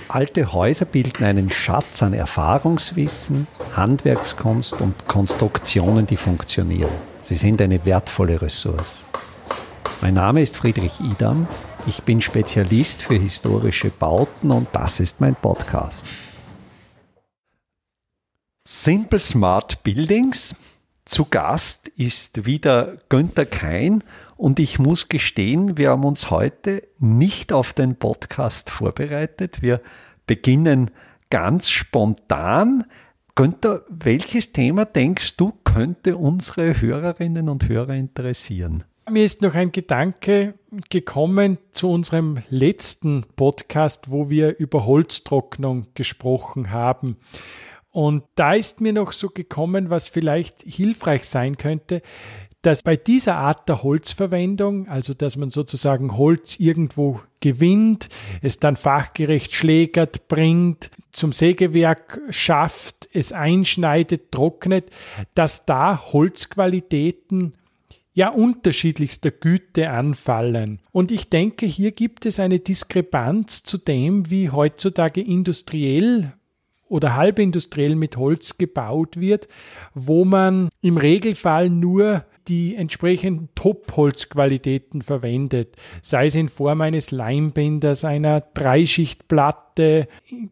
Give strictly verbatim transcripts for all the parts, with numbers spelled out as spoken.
Alte Häuser bilden einen Schatz an Erfahrungswissen, Handwerkskunst und Konstruktionen, die funktionieren. Sie sind eine wertvolle Ressource. Mein Name ist Friedrich Idam. Ich bin Spezialist für historische Bauten und das ist mein Podcast. Simple Smart Buildings. Zu Gast ist wieder Günther Kein und ich muss gestehen, wir haben uns heute nicht auf den Podcast vorbereitet. Wir beginnen ganz spontan. Günther, welches Thema denkst du, könnte unsere Hörerinnen und Hörer interessieren? Mir ist noch ein Gedanke gekommen zu unserem letzten Podcast, wo wir über Holztrocknung gesprochen haben. Und da ist mir noch so gekommen, was vielleicht hilfreich sein könnte, dass bei dieser Art der Holzverwendung, also dass man sozusagen Holz irgendwo gewinnt, es dann fachgerecht schlägert, bringt, zum Sägewerk schafft, es einschneidet, trocknet, dass da Holzqualitäten ja unterschiedlichster Güte anfallen. Und ich denke, hier gibt es eine Diskrepanz zu dem, wie heutzutage industriell oder halbindustriell mit Holz gebaut wird, wo man im Regelfall nur die entsprechenden Top-Holzqualitäten verwendet, sei es in Form eines Leimbinders, einer Dreischichtplatte,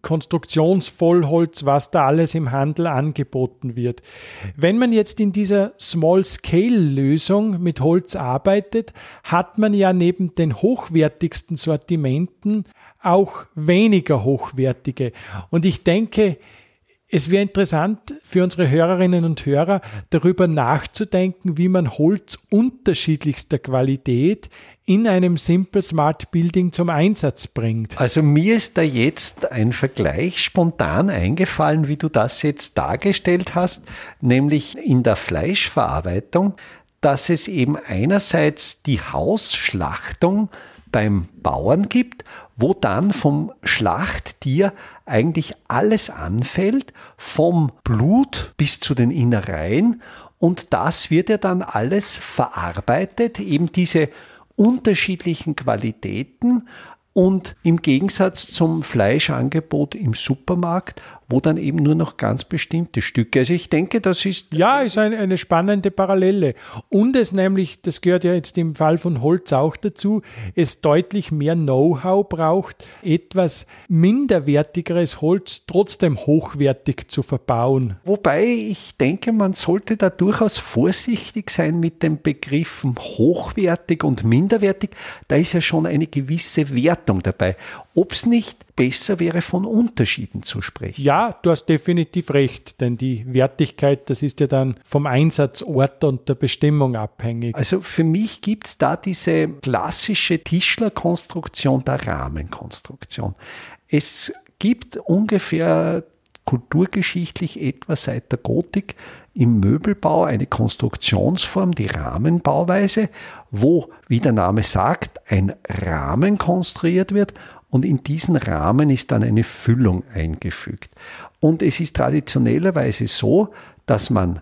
Konstruktionsvollholz, was da alles im Handel angeboten wird. Wenn man jetzt in dieser Small-Scale-Lösung mit Holz arbeitet, hat man ja neben den hochwertigsten Sortimenten auch weniger hochwertige. Und ich denke, es wäre interessant für unsere Hörerinnen und Hörer, darüber nachzudenken, wie man Holz unterschiedlichster Qualität in einem Simple Smart Building zum Einsatz bringt. Also mir ist da jetzt ein Vergleich spontan eingefallen, wie du das jetzt dargestellt hast, nämlich in der Fleischverarbeitung, dass es eben einerseits die Hausschlachtung beim Bauern gibt, wo dann vom Schlachttier eigentlich alles anfällt, vom Blut bis zu den Innereien, und das wird ja dann alles verarbeitet, eben diese unterschiedlichen Qualitäten, und im Gegensatz zum Fleischangebot im Supermarkt, wo dann eben nur noch ganz bestimmte Stücke. Also ich denke, das ist... Ja, ist eine, eine spannende Parallele. Und es nämlich, das gehört ja jetzt im Fall von Holz auch dazu, es deutlich mehr Know-how braucht, etwas minderwertigeres Holz trotzdem hochwertig zu verbauen. Wobei ich denke, man sollte da durchaus vorsichtig sein mit den Begriffen hochwertig und minderwertig. Da ist ja schon eine gewisse Wertung dabei. Ob es nicht besser wäre, von Unterschieden zu sprechen. Ja, du hast definitiv recht, denn die Wertigkeit, das ist ja dann vom Einsatzort und der Bestimmung abhängig. Also für mich gibt es da diese klassische Tischlerkonstruktion, der Rahmenkonstruktion. Es gibt ungefähr kulturgeschichtlich etwa seit der Gotik im Möbelbau eine Konstruktionsform, die Rahmenbauweise, wo, wie der Name sagt, ein Rahmen konstruiert wird und in diesen Rahmen ist dann eine Füllung eingefügt. Und es ist traditionellerweise so, dass man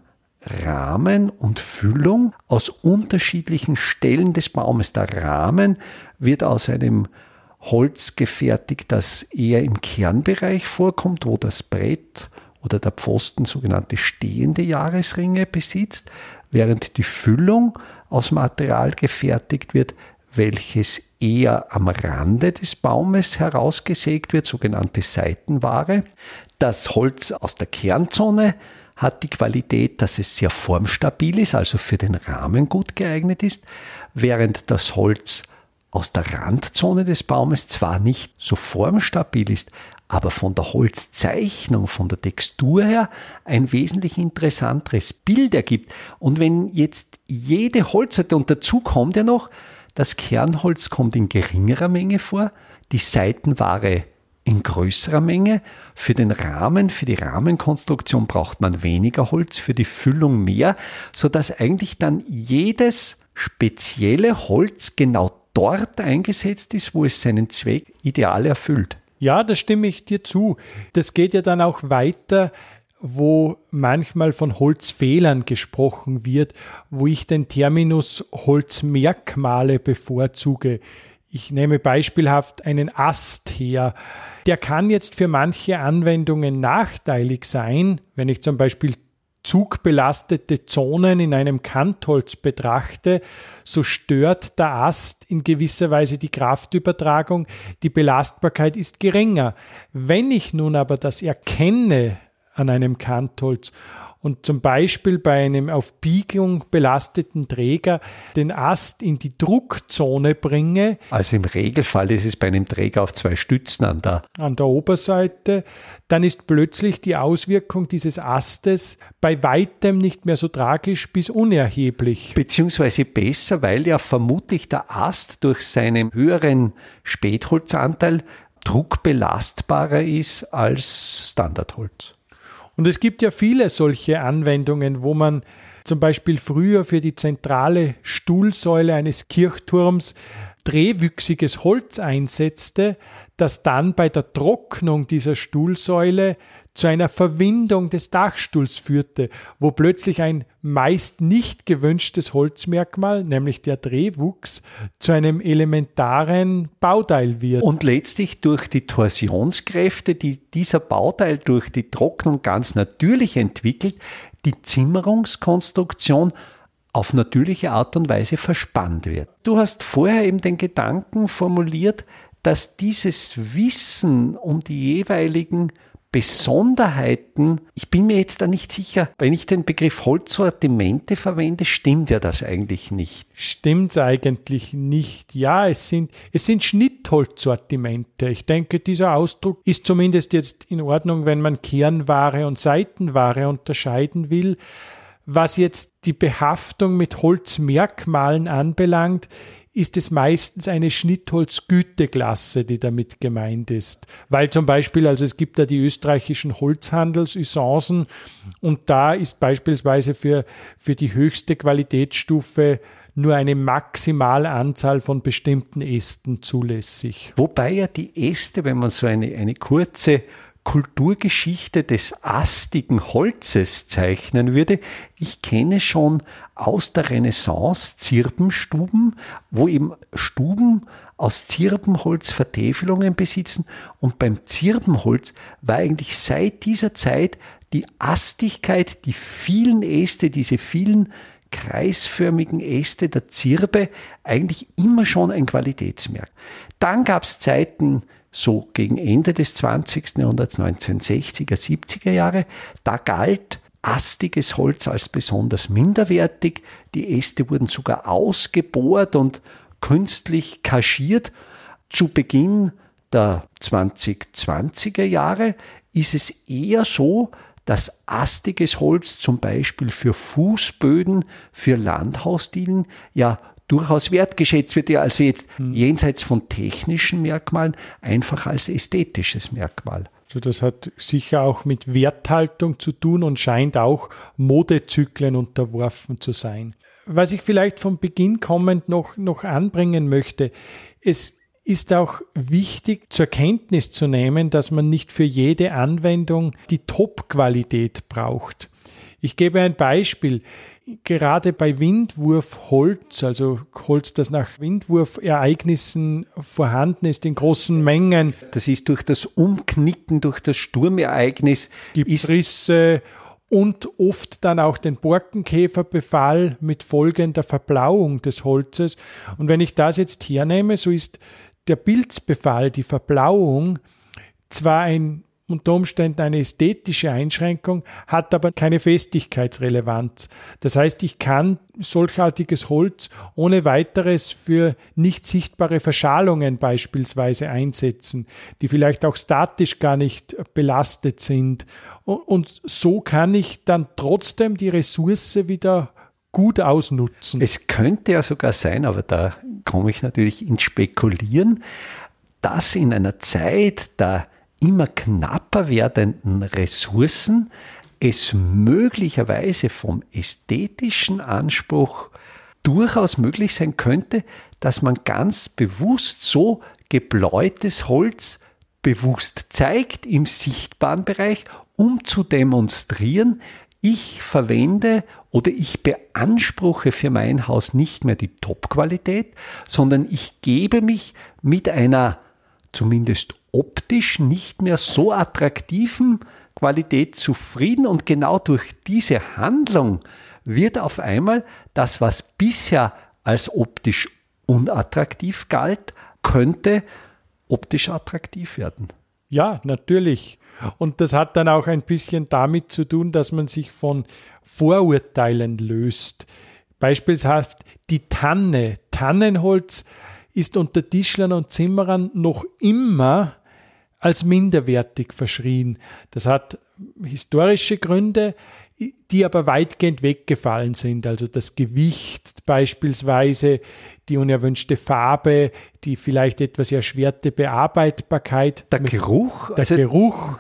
Rahmen und Füllung aus unterschiedlichen Stellen des Baumes, der Rahmen wird aus einem Holz gefertigt, das eher im Kernbereich vorkommt, wo das Brett oder der Pfosten sogenannte stehende Jahresringe besitzt, während die Füllung aus Material gefertigt wird, welches eher am Rande des Baumes herausgesägt wird, sogenannte Seitenware. Das Holz aus der Kernzone hat die Qualität, dass es sehr formstabil ist, also für den Rahmen gut geeignet ist, während das Holz aus der Randzone des Baumes zwar nicht so formstabil ist, aber von der Holzzeichnung, von der Textur her ein wesentlich interessanteres Bild ergibt. Und wenn jetzt jede Holzsorte, und dazu kommt ja noch, das Kernholz kommt in geringerer Menge vor, die Seitenware in größerer Menge. Für den Rahmen, für die Rahmenkonstruktion braucht man weniger Holz, für die Füllung mehr, sodass eigentlich dann jedes spezielle Holz genau dort eingesetzt ist, wo es seinen Zweck ideal erfüllt. Ja, da stimme ich dir zu. Das geht ja dann auch weiter, wo manchmal von Holzfehlern gesprochen wird, wo ich den Terminus Holzmerkmale bevorzuge. Ich nehme beispielhaft einen Ast her. Der kann jetzt für manche Anwendungen nachteilig sein, wenn ich zum Beispiel zugbelastete Zonen in einem Kantholz betrachte, so stört der Ast in gewisser Weise die Kraftübertragung, die Belastbarkeit ist geringer. Wenn ich nun aber das erkenne an einem Kantholz und zum Beispiel bei einem auf Biegung belasteten Träger den Ast in die Druckzone bringe. Also im Regelfall ist es bei einem Träger auf zwei Stützen an der, an der Oberseite, dann ist plötzlich die Auswirkung dieses Astes bei weitem nicht mehr so tragisch bis unerheblich. Beziehungsweise besser, weil ja vermutlich der Ast durch seinen höheren Spätholzanteil druckbelastbarer ist als Standardholz. Und es gibt ja viele solche Anwendungen, wo man zum Beispiel früher für die zentrale Stuhlsäule eines Kirchturms drehwüchsiges Holz einsetzte, das dann bei der Trocknung dieser Stuhlsäule zu einer Verwindung des Dachstuhls führte, wo plötzlich ein meist nicht gewünschtes Holzmerkmal, nämlich der Drehwuchs, zu einem elementaren Bauteil wird. Und letztlich durch die Torsionskräfte, die dieser Bauteil durch die Trocknung ganz natürlich entwickelt, die Zimmerungskonstruktion auf natürliche Art und Weise verspannt wird. Du hast vorher eben den Gedanken formuliert, dass dieses Wissen um die jeweiligen Besonderheiten, ich bin mir jetzt da nicht sicher, wenn ich den Begriff Holzsortimente verwende, stimmt ja das eigentlich nicht. Stimmt's eigentlich nicht. Ja, es sind, es sind Schnittholzsortimente. Ich denke, dieser Ausdruck ist zumindest jetzt in Ordnung, wenn man Kernware und Seitenware unterscheiden will. Was jetzt die Behaftung mit Holzmerkmalen anbelangt, ist es meistens eine Schnittholzgüteklasse, die damit gemeint ist. Weil zum Beispiel, also es gibt da die österreichischen Holzhandelsusancen und da ist beispielsweise für, für die höchste Qualitätsstufe nur eine maximale Anzahl von bestimmten Ästen zulässig. Wobei ja die Äste, wenn man so eine, eine kurze Kulturgeschichte des astigen Holzes zeichnen würde. Ich kenne schon aus der Renaissance Zirbenstuben, wo eben Stuben aus Zirbenholz Vertäfelungen besitzen und beim Zirbenholz war eigentlich seit dieser Zeit die Astigkeit, die vielen Äste, diese vielen kreisförmigen Äste der Zirbe eigentlich immer schon ein Qualitätsmerk. Dann gab es Zeiten, so gegen Ende des zwanzigsten Jahrhunderts, neunzehnhundertsechziger, siebziger Jahre, da galt astiges Holz als besonders minderwertig. Die Äste wurden sogar ausgebohrt und künstlich kaschiert. Zu Beginn der zweitausendzwanziger Jahre ist es eher so, dass astiges Holz zum Beispiel für Fußböden, für Landhausdielen ja durchaus wertgeschätzt wird, ja also jetzt hm. jenseits von technischen Merkmalen einfach als ästhetisches Merkmal. Also das hat sicher auch mit Werthaltung zu tun und scheint auch Modezyklen unterworfen zu sein. Was ich vielleicht vom Beginn kommend noch, noch anbringen möchte, es ist auch wichtig zur Kenntnis zu nehmen, dass man nicht für jede Anwendung die Top-Qualität braucht. Ich gebe ein Beispiel. Gerade bei Windwurfholz, also Holz, das nach Windwurfereignissen vorhanden ist in großen Mengen. Das ist durch das Umknicken, durch das Sturmereignis. Gibt Risse und oft dann auch den Borkenkäferbefall mit folgender Verblauung des Holzes. Und wenn ich das jetzt hernehme, so ist der Pilzbefall, die Verblauung, zwar ein unter Umständen eine ästhetische Einschränkung, hat aber keine Festigkeitsrelevanz. Das heißt, ich kann solchartiges Holz ohne weiteres für nicht sichtbare Verschalungen beispielsweise einsetzen, die vielleicht auch statisch gar nicht belastet sind. Und so kann ich dann trotzdem die Ressource wieder gut ausnutzen. Es könnte ja sogar sein, aber da komme ich natürlich ins Spekulieren, dass in einer Zeit der immer knapper werdenden Ressourcen es möglicherweise vom ästhetischen Anspruch durchaus möglich sein könnte, dass man ganz bewusst so gebläutes Holz bewusst zeigt im sichtbaren Bereich, um zu demonstrieren, ich verwende oder ich beanspruche für mein Haus nicht mehr die Top-Qualität, sondern ich gebe mich mit einer zumindest optisch nicht mehr so attraktiven Qualität zufrieden, und genau durch diese Handlung wird auf einmal das, was bisher als optisch unattraktiv galt, könnte optisch attraktiv werden. Ja, natürlich. Und das hat dann auch ein bisschen damit zu tun, dass man sich von Vorurteilen löst. Beispielsweise die Tanne. Tannenholz ist unter Tischlern und Zimmerern noch immer als minderwertig verschrien. Das hat historische Gründe, die aber weitgehend weggefallen sind. Also das Gewicht beispielsweise, die unerwünschte Farbe, die vielleicht etwas erschwerte Bearbeitbarkeit. Der Geruch. Der also Geruch.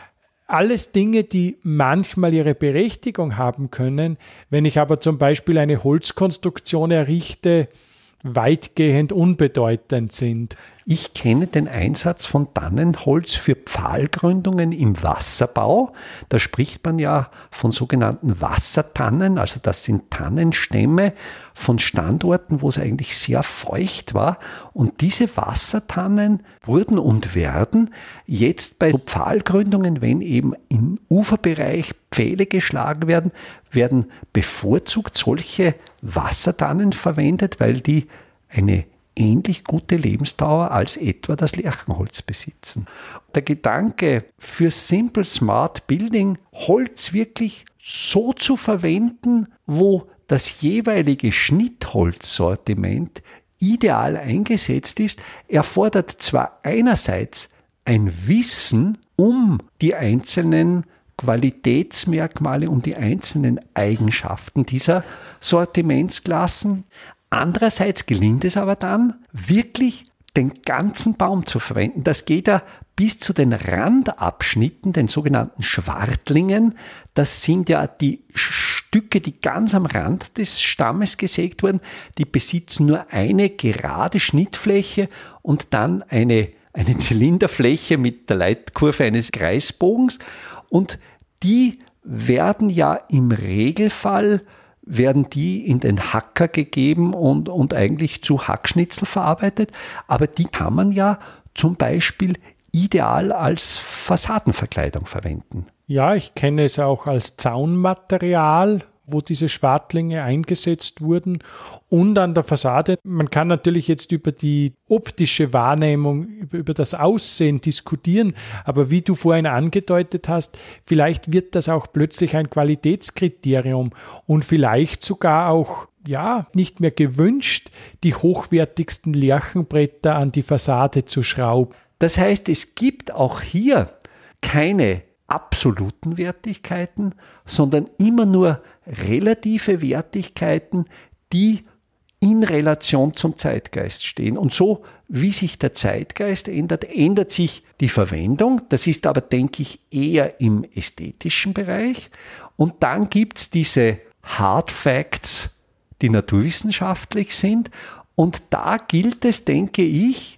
Alles Dinge, die manchmal ihre Berechtigung haben können. Wenn ich aber zum Beispiel eine Holzkonstruktion errichte, weitgehend unbedeutend sind. Ich kenne den Einsatz von Tannenholz für Pfahlgründungen im Wasserbau. Da spricht man ja von sogenannten Wassertannen, also das sind Tannenstämme von Standorten, wo es eigentlich sehr feucht war. Und diese Wassertannen wurden und werden jetzt bei Pfahlgründungen, wenn eben im Uferbereich Pfähle geschlagen werden, werden bevorzugt solche Wassertannen verwendet, weil die eine ähnlich gute Lebensdauer als etwa das Lärchenholz besitzen. Der Gedanke für Simple Smart Building, Holz wirklich so zu verwenden, wo das jeweilige Schnittholzsortiment ideal eingesetzt ist, erfordert zwar einerseits ein Wissen um die einzelnen Qualitätsmerkmale, um die einzelnen Eigenschaften dieser Sortimentsklassen. Andererseits gelingt es aber dann, wirklich den ganzen Baum zu verwenden. Das geht ja bis zu den Randabschnitten, den sogenannten Schwartlingen. Das sind ja die Stücke, die ganz am Rand des Stammes gesägt wurden. Die besitzen nur eine gerade Schnittfläche und dann eine, eine Zylinderfläche mit der Leitkurve eines Kreisbogens. Und die werden ja im Regelfall werden die in den Hacker gegeben und, und eigentlich zu Hackschnitzel verarbeitet. Aber die kann man ja zum Beispiel ideal als Fassadenverkleidung verwenden. Ja, ich kenne es auch als Zaunmaterial, wo diese Schwartlinge eingesetzt wurden, und an der Fassade. Man kann natürlich jetzt über die optische Wahrnehmung, über, über das Aussehen diskutieren, aber wie du vorhin angedeutet hast, vielleicht wird das auch plötzlich ein Qualitätskriterium und vielleicht sogar auch, ja, nicht mehr gewünscht, die hochwertigsten Lärchenbretter an die Fassade zu schrauben. Das heißt, es gibt auch hier keine absoluten Wertigkeiten, sondern immer nur relative Wertigkeiten, die in Relation zum Zeitgeist stehen. Und so, wie sich der Zeitgeist ändert, ändert sich die Verwendung. Das ist aber, denke ich, eher im ästhetischen Bereich. Und dann gibt es diese Hard Facts, die naturwissenschaftlich sind. Und da gilt es, denke ich,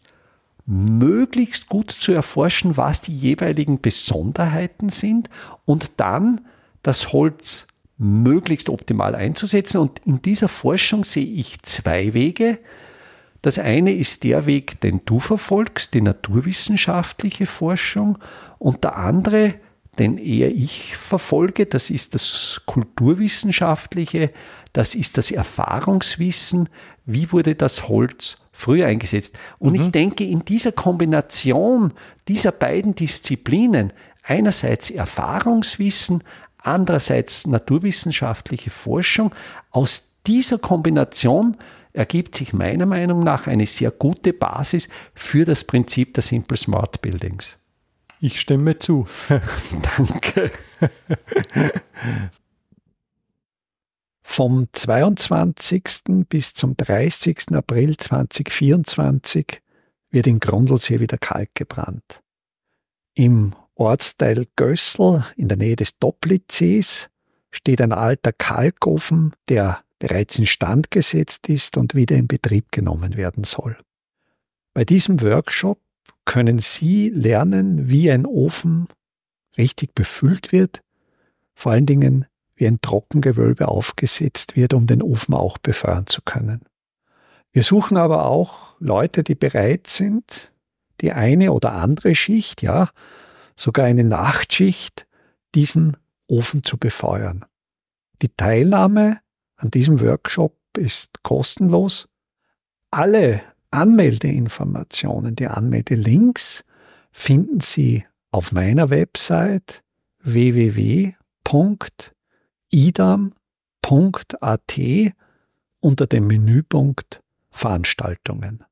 möglichst gut zu erforschen, was die jeweiligen Besonderheiten sind und dann das Holz möglichst optimal einzusetzen. Und in dieser Forschung sehe ich zwei Wege. Das eine ist der Weg, den du verfolgst, die naturwissenschaftliche Forschung, und der andere, den eher ich verfolge, das ist das kulturwissenschaftliche, das ist das Erfahrungswissen, wie wurde das Holz früher eingesetzt. Und mhm. ich denke, in dieser Kombination dieser beiden Disziplinen, einerseits Erfahrungswissen, andererseits naturwissenschaftliche Forschung, aus dieser Kombination ergibt sich meiner Meinung nach eine sehr gute Basis für das Prinzip der Simple Smart Buildings. Ich stimme zu. Danke. Vom zweiundzwanzigsten bis zum dreißigsten April zweitausendvierundzwanzig wird in Grundlsee wieder Kalk gebrannt. Im Ortsteil Gößl in der Nähe des Toplitzsees steht ein alter Kalkofen, der bereits instand gesetzt ist und wieder in Betrieb genommen werden soll. Bei diesem Workshop können Sie lernen, wie ein Ofen richtig befüllt wird, vor allen Dingen wie ein Trockengewölbe aufgesetzt wird, um den Ofen auch befeuern zu können. Wir suchen aber auch Leute, die bereit sind, die eine oder andere Schicht, ja, sogar eine Nachtschicht, diesen Ofen zu befeuern. Die Teilnahme an diesem Workshop ist kostenlos. Alle Anmeldeinformationen, die Anmeldelinks finden Sie auf meiner Website w w w punkt idam punkt a t unter dem Menüpunkt Veranstaltungen.